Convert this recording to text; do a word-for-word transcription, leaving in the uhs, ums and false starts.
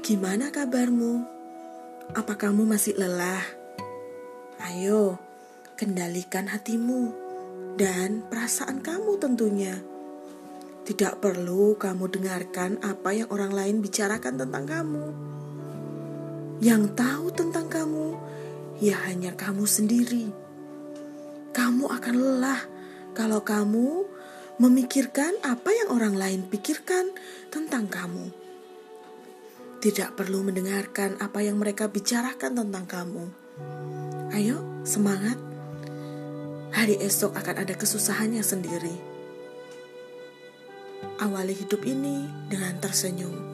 Gimana kabarmu? Apa kamu masih lelah? Ayo, kendalikan hatimu dan perasaan kamu tentunya. Tidak perlu kamu dengarkan apa yang orang lain bicarakan tentang kamu. Yang tahu tentang kamu, ya hanya kamu sendiri. Kamu akan lelah kalau kamu memikirkan apa yang orang lain pikirkan tentang kamu. Tidak perlu mendengarkan apa yang mereka bicarakan tentang kamu. Ayo, semangat. Hari esok akan ada kesusahannya sendiri. Awali hidup ini dengan tersenyum.